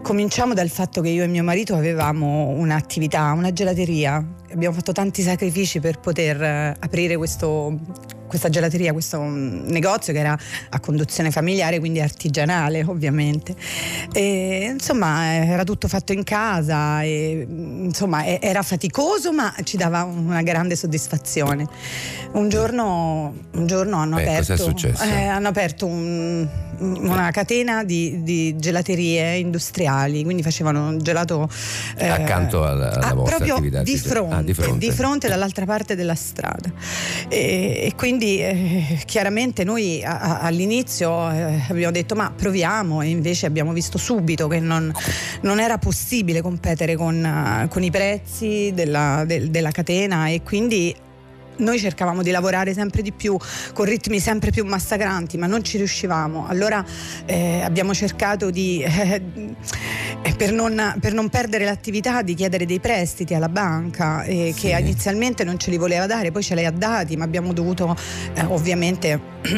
Cominciamo dal fatto che io e mio marito avevamo un'attività, una gelateria. Abbiamo fatto tanti sacrifici per poter eh, aprire questo, questa gelateria, questo um, negozio che era a conduzione familiare, quindi artigianale ovviamente. E, insomma, era tutto fatto in casa e, insomma, era faticoso, ma ci dava una grande soddisfazione. Un giorno, un giorno hanno eh, aperto, cos'è successo? Eh, hanno aperto un, una catena di, di gelaterie industriali, quindi facevano gelato eh, accanto alla, alla ah, vostra proprio attività di fronte, ah, di fronte di fronte dall'altra parte della strada, e, e quindi eh, chiaramente noi a, a, all'inizio eh, abbiamo detto ma proviamo, e invece abbiamo visto subito che non, non era possibile competere con, uh, con i prezzi della, del, della catena, e quindi noi cercavamo di lavorare sempre di più con ritmi sempre più massacranti, ma non ci riuscivamo. Allora eh, abbiamo cercato di eh, per, non, per non perdere l'attività, di chiedere dei prestiti alla banca, eh, sì. che inizialmente non ce li voleva dare, poi ce li ha dati, ma abbiamo dovuto eh, ovviamente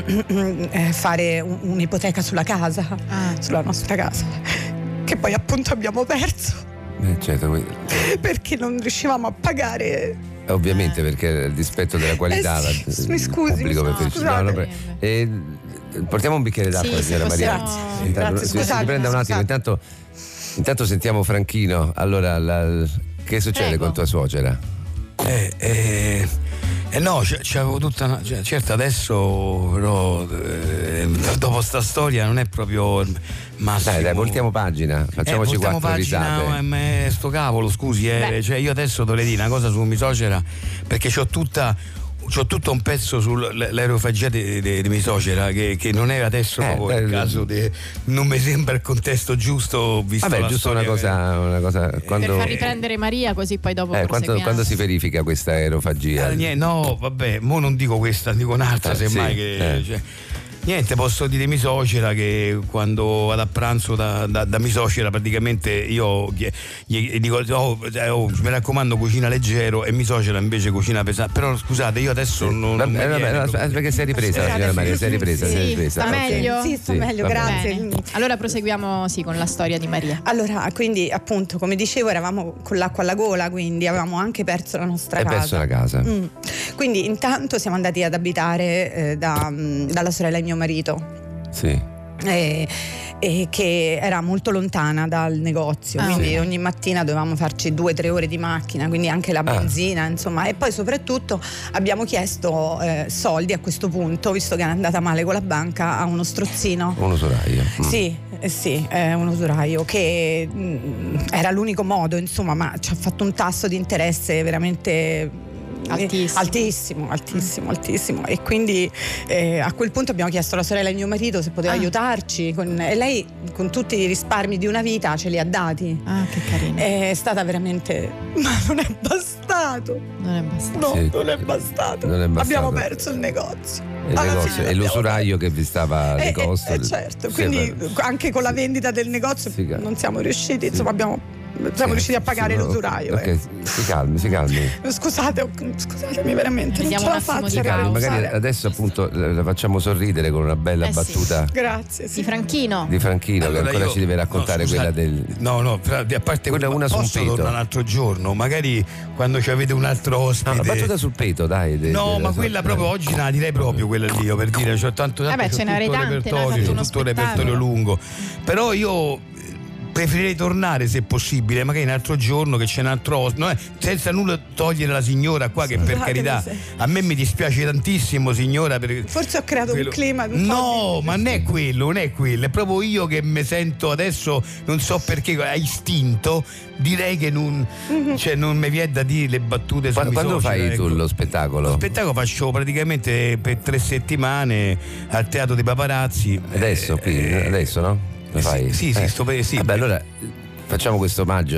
eh, fare un, un'ipoteca sulla casa, ah. sulla nostra casa, che poi appunto abbiamo perso, eh, certo. perché non riuscivamo a pagare. Ovviamente, perché il dispetto della qualità eh sì, mi scusi, pubblico mi per scusi, no, no, pre- eh, portiamo un bicchiere d'acqua, sì, signora sì, Maria. possiamo... Intanto, Grazie, si, scusate, si prenda un attimo, intanto, intanto sentiamo Franchino. Allora, la, che succede Prego. con tua suocera? Eh, eh, eh no, c- c'avevo tutta una. Cioè, certo, adesso però eh, dopo sta storia non è proprio massimo. Dai, dai, voltiamo pagina, facciamoci eh, quattro pagina, risate. Ma, ma sto cavolo, scusi, eh, cioè io adesso dovrei dire una cosa su mia suocera, perché c'ho tutta. C'ho tutto un pezzo sull'aerofagia di, di, di mia suocera che, che non è adesso eh, proprio il caso di, non mi sembra il contesto giusto, visto vabbè, la giusto una cosa, una cosa quando, per far riprendere Maria, così poi dopo eh, quando, quando si verifica questa aerofagia? Eh, niente, no, vabbè, mo non dico questa, dico un'altra, ah, semmai sì, che. Eh. Cioè, niente, posso dire mia suocera che quando vado a pranzo da, da, da mia suocera praticamente io gli, gli dico oh, oh, mi raccomando cucina leggero, e mia suocera invece cucina pesante. Però scusate, io adesso sì. non, vabbè, non vabbè, vabbè, aspetta, perché si è ripresa la signora Maria, si è ripresa, sì, si è ripresa. sta okay. meglio? Sì, sta sì, meglio, grazie. Bene. Allora proseguiamo sì con la storia di Maria. Allora, quindi appunto, come dicevo, eravamo con l'acqua alla gola, quindi avevamo anche perso la nostra Hai casa. perso la casa. Mm. Quindi intanto siamo andati ad abitare eh, da, dalla sorella di mio marito. Sì. E, e che era molto lontana dal negozio, ah, quindi sì. ogni mattina dovevamo farci due o tre ore di macchina, quindi anche la benzina, ah. insomma. E poi soprattutto abbiamo chiesto eh, soldi a questo punto, visto che è andata male con la banca, a uno strozzino. Un usuraio. Mm. Sì, eh, sì, è un usuraio che mh, era l'unico modo, insomma, ma ci ha fatto un tasso di interesse veramente altissimo, altissimo, altissimo, altissimo. E quindi eh, a quel punto abbiamo chiesto alla sorella di mio marito se poteva ah. aiutarci con, e lei con tutti i risparmi di una vita ce li ha dati. Ah, che carino. È stata veramente, ma non è bastato. Non è bastato. No, sì. non è bastato. Non è bastato. Abbiamo perso il negozio. Il Alla negozio fine e l'usuraio perso. che vi stava eh, di costo. Eh, eh, certo, sì, quindi beh. anche con la vendita del negozio sì, non siamo riusciti, sì. insomma abbiamo siamo sì, riusciti a pagare sì, l'usuraio. Ok, eh. si calmi, si calmi. Scusate, scusatemi veramente, non Vediamo ce un la attimo faccio. di Si calmi. pausa. Magari adesso appunto la facciamo sorridere con una bella Eh, sì. battuta Grazie, sì. Di Franchino. di Franchino, Allora che ancora io- ci deve raccontare no, quella scusate, del. No, no, fra- a parte Quella que- una sul posso peto. tornare un altro giorno, magari quando ci avete un altro ospite. No, una battuta sul peto, dai. de- No, de- ma de- quella proprio oggi non la direi proprio quella lì, io per dire, c'ho tanto, tanto Vabbè, c'ho ce ne avrei tutto il tante, no? Hai repertorio, fatto c'ho uno tutto il spettacolo. repertorio lungo. Però io preferirei tornare se possibile, magari un altro giorno che c'è un altro ospite, no, eh, senza nulla togliere la signora qua, che per Scusatemi carità se- a me mi dispiace tantissimo, signora, per Forse ho creato quello- un clima un no, po' di- ma non è quello, non è quello, è proprio io che mi sento adesso, non so perché, a istinto, direi che non, Mhm. cioè, non mi viene da dire le battute su Quando, mia quando suocera, fai tu ecco. lo spettacolo? Lo spettacolo faccio praticamente per tre settimane al Teatro dei Paparazzi. Adesso, qui, Eh, adesso, no? Lo eh, fai? sì, sì, Eh. sto per- sì. Vabbè, allora facciamo questo omaggio,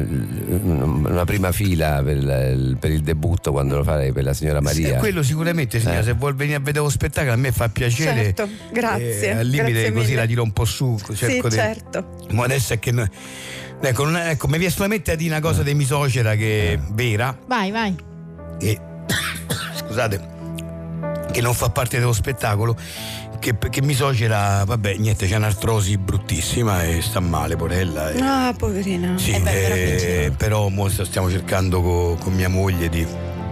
una prima fila per il, per il debutto quando lo farei per la signora Maria. Sì, quello sicuramente, signora, Eh. se vuol venire a vedere lo spettacolo a me fa piacere. Certo, grazie, Eh, al limite grazie così mille. la tiro un po' su, cerco Sì, di. certo. Ma adesso è che no- ecco, non è- ecco, mi viene solamente a dire una cosa di mia suocera che è vera. Vai, vai. E scusate, che non fa parte dello spettacolo, che, che mi suocera, vabbè, niente, c'è un'artrosi bruttissima e sta male, porella. E... Ah, poverina. Sì, Eh beh, eh, però mo stiamo cercando co, con mia moglie di,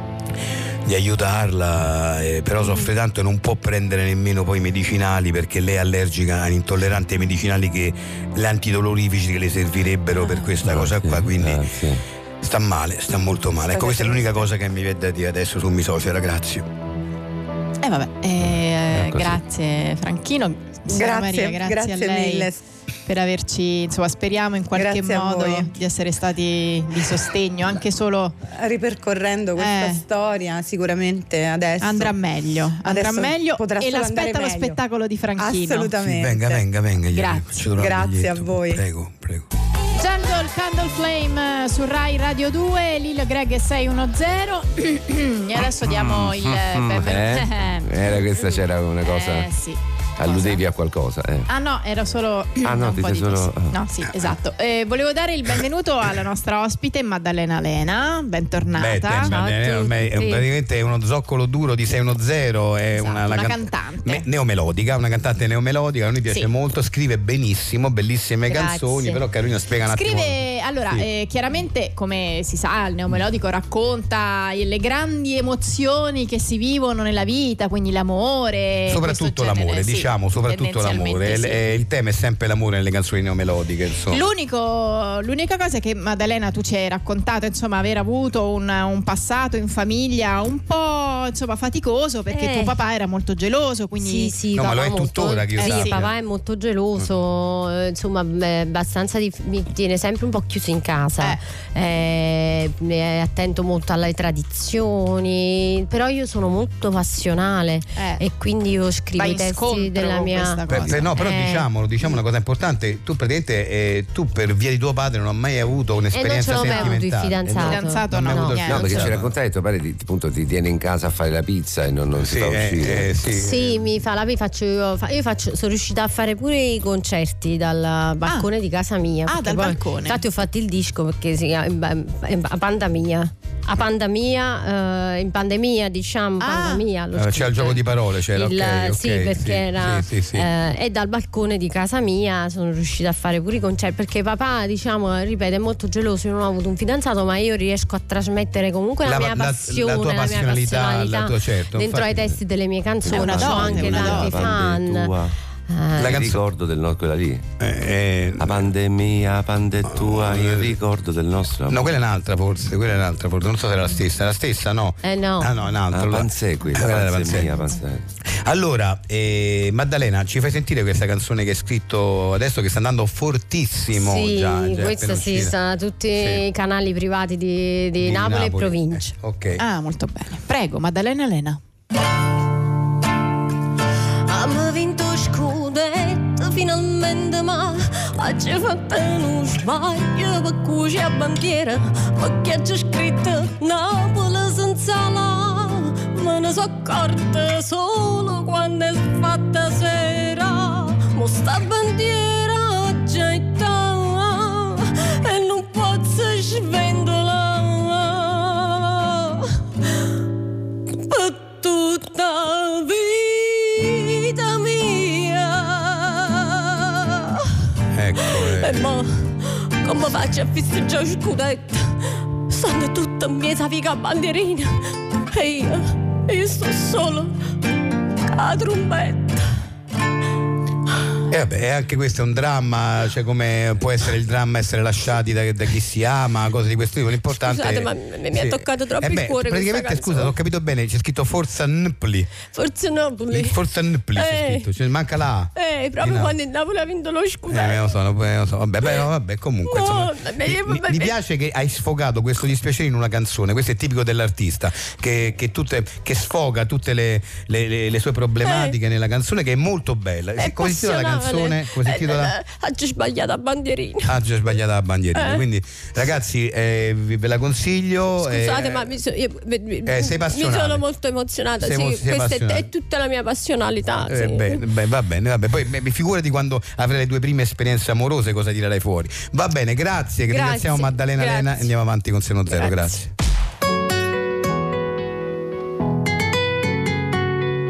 di aiutarla, eh, però soffre tanto e non può prendere nemmeno poi i medicinali perché lei è allergica, è intollerante ai medicinali, che gli antidolorifici che le servirebbero per questa cosa qua, quindi sta male, sta molto male. Ecco, questa è l'unica cosa che mi viene da dire adesso su mi suocera, grazie. E eh vabbè, eh, grazie Franchino, Grazie, Maria, grazie, grazie a lei mille. per averci, insomma, speriamo in qualche Grazie a modo voi. di essere stati di sostegno, anche solo ripercorrendo questa Eh. storia, sicuramente adesso andrà meglio, andrà Adesso meglio potrà e solo l'aspetta andare lo meglio. spettacolo di Franchino. Assolutamente. Venga, venga, venga. gli Grazie. faccio trovare il Grazie a biglietto. voi. Prego, prego. Jungle Candle Flame su Rai Radio due, Lil Greg sei uno zero e adesso diamo il benvenuto. Eh? Era questa, c'era una cosa. Eh, sì. Alludevi a qualcosa, eh. Ah no, era solo Ah, no, un ti po' sei di solo- sì. No, sì, esatto. Eh, volevo dare il benvenuto alla nostra ospite Maddalena Lena, bentornata. Beh, te, Ciao beh, a ormai è tutti. praticamente è uno zoccolo duro di sei uno zero, è Esatto, una, una can- cantante. me- neomelodica, una cantante neomelodica, a noi piace Sì. molto, scrive benissimo, bellissime Grazie. canzoni, però Carolina spiega un attimo. Scrive, allora, Sì. eh, chiaramente, come si sa, il neomelodico racconta le grandi emozioni che si vivono nella vita, quindi l'amore. Soprattutto questo genere, l'amore, sì, diciamo, soprattutto l'amore. tendenzialmente Il, sì. eh, il tema è sempre l'amore nelle canzoni neomelodiche, insomma. L'unico, l'unica cosa è che Maddalena, tu ci hai raccontato, insomma, aver avuto un, un passato in famiglia un po', insomma, faticoso, perché Eh. tuo papà era molto geloso, quindi Sì, sì, No, ma lo papà è molto- tuttora, che io sì, sappia. papà è molto geloso, eh, insomma, beh, abbastanza dif- mi tiene sempre un po' chiuso in casa, eh, è attento molto alle tradizioni, però io sono molto passionale e quindi io scrivo Vai i in testi scontro della con mia questa Per- per- no, però Eh. diciamolo, diciamo una cosa importante, tu praticamente eh, tu per via di tuo padre non hai mai avuto un'esperienza E non ce l'ho mai avuto il sentimentale. fidanzato. Eh, no, Fidanzato non hai no, avuto il niente. No, perché ci fidanzato. raccontavi che tuo padre ti, appunto, ti tiene in casa a fare la pizza e non, non Sì, ti fa eh, uscire. eh, sì. Sì, mi fa la mi faccio io, fa- io faccio, sono riuscita a fare pure i concerti dal balcone di casa mia. Ah, perché dal poi- balcone. Infatti ho fatto il disco perché si chiama in- in- a pandemia. A pandemia, eh, in pandemia diciamo, pandemia. l'ho Eh, c'era scritto. il gioco di parole, c'era, Il- ok, ok, sì, perché sì, era sì, sì, sì. eh, e dal balcone di casa mia sono riuscita a fare pure i concerti perché papà, diciamo, ripeto, è molto geloso. Io non ho avuto un fidanzato, ma io riesco a trasmettere comunque la, La- mia la- passione, la tua mia passionalità, passionalità la tua- certo, dentro ai infatti. testi delle mie canzoni. È una Ho donna, anche è una tanti donna. fan. Tua. Eh, Il canzone- ricordo del no, quella lì. Eh, La pandemia, pande tua, il ricordo del nostro amore. no, quella è un'altra forse, quella è un'altra forse, non so se era la stessa, la stessa no. Eh no. Ah no, è un'altra. Ah, allora. Panzè quella, Quella era Panzè Panzè. mia, Panzè. Allora, eh, Maddalena, ci fai sentire questa canzone che hai scritto adesso, che sta andando fortissimo? Sì, già, già è questa appena sì, uscita. sta a tutti Sì. i canali privati di, di Di Napoli, e Napoli. provincia. Eh, ok. Ah, molto bene. Prego, Maddalena Lena. Abbiamo vinto scudetto finalmente, ma oggi fatto uno sbaglio per cui c'è bandiera, ma che c'è scritto Napoli senza la, me ne sono accorta solo quando è fatta sera, ma sta bandiera oggi è ta e non posso svendolare per tutta la vita mia. Ecco, eh. E mo, come faccio a festeggiare il scudetto? Stanno tutte in mezzo a figa bandierina e io, io sto solo con la trombetta. E vabbè, anche questo è un dramma, cioè come può essere il dramma essere lasciati da, da chi si ama, cose di questo tipo. L'importante Scusate, ma mi- mi ha toccato troppo Eh il beh, cuore questa praticamente, scusa, canzone. ho capito bene, c'è scritto Forza Napoli. Forse Napoli. Forza Napoli c'è Eh. scritto, cioè, manca la A. Eh, Di proprio Napoli. quando il Napoli ha vinto lo Eh, scudetto. lo so, lo lo so. Vabbè, beh, vabbè, comunque. No, insomma, vabbè, mi, io- mi- vabbè. mi piace che hai sfogato questo dispiacere in una canzone. Questo è tipico dell'artista, che, che, tutte, che sfoga tutte le, le- le- le sue problematiche nella canzone, che è molto bella. È Come si intitola la passionale. canzone? Come si Eh, intitola? eh, Ha già sbagliato a bandierina. Ah, già sbagliata la bandierina. Eh. Quindi, ragazzi, eh, vi- ve la consiglio. Scusate, eh, ma mi, so- io- mi- mi- eh, sei mi passionale. sono molto emozionata. Sei Sì, mo- sei questa è, passionale. è tutta la mia passionalità. Eh, sì. beh, beh, va bene, vabbè. Poi beh, figurati quando avrai le tue prime esperienze amorose cosa tirerai fuori. Va bene, grazie, Grazie, ringraziamo Maddalena grazie. Lena e andiamo avanti con Seno Zero, Grazie. grazie.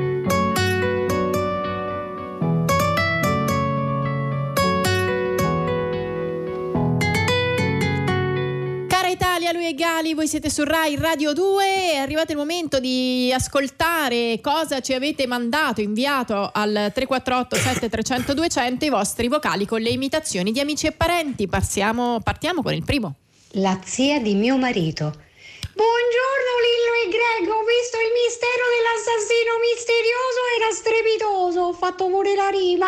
Vocali, voi siete su Rai Radio due, è arrivato il momento di ascoltare cosa ci avete mandato, inviato al tre quattro otto sette tre zero zero due zero zero i vostri vocali con le imitazioni di amici e parenti. Partiamo, partiamo con il primo. La zia di mio marito. Buongiorno Lillo e Greg, ho visto il mistero dell'assassino misterioso, era strepitoso, ho fatto pure la rima.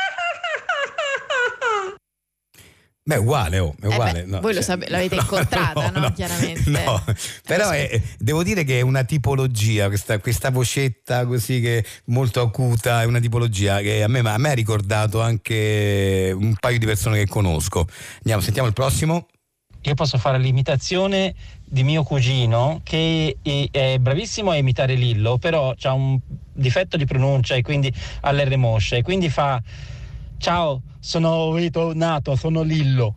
Beh, uguale, oh, è uguale. Eh beh, no, voi cioè, lo sapete, l'avete no, incontrata, no? no, no Chiaramente. No, però è, devo dire che è una tipologia, questa, questa vocetta così che molto acuta, è una tipologia che a me, a me ha ricordato anche un paio di persone che conosco. Andiamo, sentiamo il prossimo. Io posso fare l'imitazione di mio cugino che è bravissimo a imitare Lillo, però ha un difetto di pronuncia e quindi ha l'R moscia e quindi fa: ciao, sono ritornato, sono Lillo.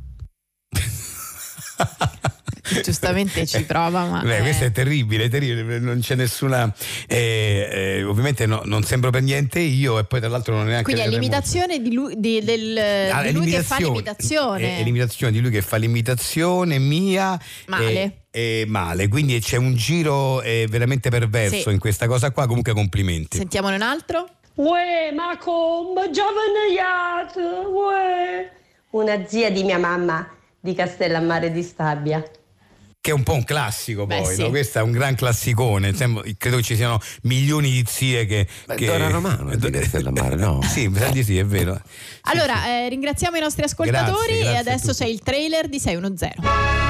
Giustamente ci prova, ma Beh, eh. questo è terribile, è terribile, non c'è nessuna eh, eh, ovviamente no, non sembro per niente io, e poi tra l'altro non è neanche. Quindi è l'imitazione di lui, di, del, ah, di lui che fa l'imitazione. È, è l'imitazione di lui che fa l'imitazione mia male. E, e male, quindi c'è un giro eh, veramente perverso sì. in questa cosa qua. Comunque complimenti. Sentiamone un altro. Uè, ma come, giovane, uè. Una zia di mia mamma di Castellammare di Stabia. Che è un po' un classico. Beh, poi, sì. No? Questo è un gran classicone. Credo che ci siano milioni di zie che. Beh, che... Dora Romano è di Castellammare, no? Sì, sì, sì, è vero. Allora, sì, sì. Eh, ringraziamo i nostri ascoltatori grazie, grazie e adesso c'è il trailer di sei uno zero.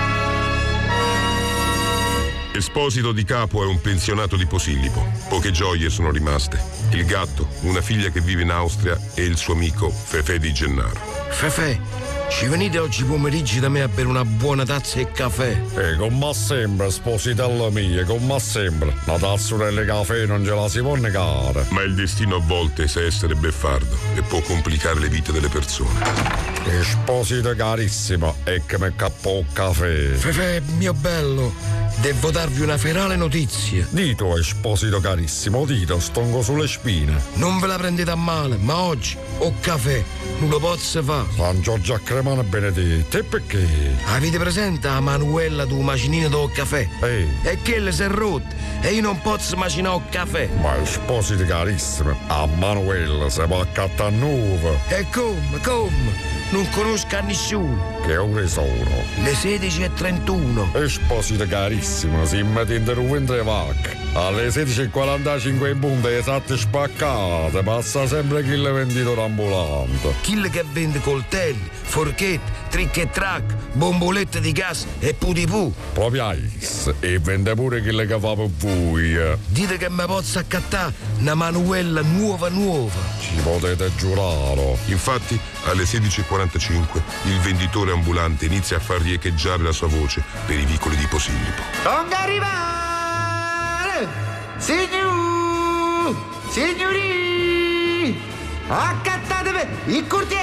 Esposito di Capo è un pensionato di Posillipo. Poche gioie sono rimaste. Il gatto, una figlia che vive in Austria e il suo amico Fefè di Gennaro. Fefè, ci venite oggi pomeriggio da me a bere una buona tazza e caffè? Eh, come sempre, spositella mia, come sempre. Una tazzurella di caffè non ce la si può negare. Ma il destino a volte sa essere beffardo e può complicare le vite delle persone. Esposito carissima, e che mi cappò caffè. Fefè, mio bello, devo darvi una ferale notizia. Dito, esposito carissimo, dito, stongo sulle spine. Non ve la prendete a male, ma oggi ho caffè, non lo posso fare. San Giorgio a Cremano benedetto, e perché? Avete presente la Manuela do macinino do caffè? Ehi. E che le si è rotta e io non posso macinare caffè. Ma esposito carissimo, a Manuela si può accattare nuova. E come, come? Non conosco a nessuno. Che ore sono? Le sedici e trentuno. Esposito carissimo, si mette in ventre vacche. Alle sedici e quarantacinque in punta esatte spaccate, passa sempre chi le venditore ambulante. Chi che vende coltelli, forchetti, trick e track, bombolette di gas e putipù. Proprio is, e vende pure chi che fa per voi. Dite che mi posso accattare una Manuela nuova nuova. Ci potete giurare. Infatti, alle sedici e quarantacinque il venditore ambulante inizia a far riecheggiare la sua voce per i vicoli di Posillipo. Non arrivare! Signori! Signori! Accattatevi il cortiere!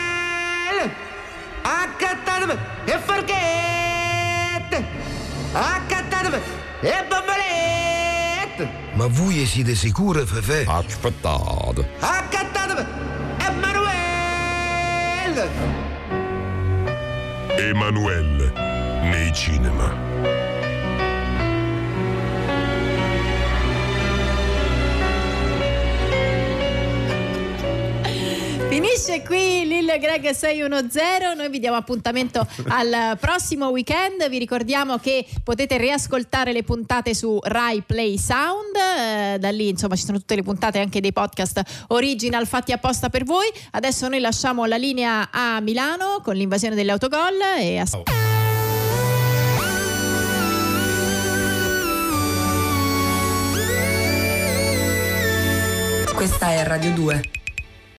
Accattatevi le forchette! Accattatevi le bombolette! Ma voi siete sicuri, Fefè? Aspettate! Accattatevi Emanuele! Emanuele nei cinema. Finisce qui Lil Greg sei uno zero, noi vi diamo appuntamento al prossimo weekend, vi ricordiamo che potete riascoltare le puntate su Rai Play Sound, eh, da lì insomma ci sono tutte le puntate anche dei podcast original fatti apposta per voi. Adesso noi lasciamo la linea a Milano con l'invasione delle autogol e as- Questa è Radio due.